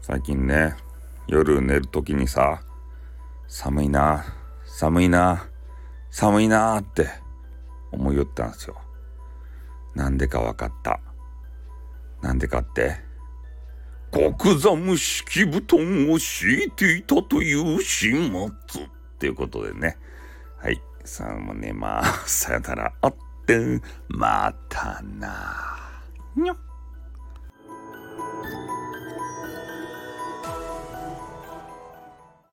最近ね、夜寝るときにさ、寒いな寒いな寒いなって思いよったんですよ。なんでかわかった。なんでかって、極寒敷布団を敷いていたという始末っていうことでね。はい、さあもう寝ます。さよなら。あってまたな。にょっ。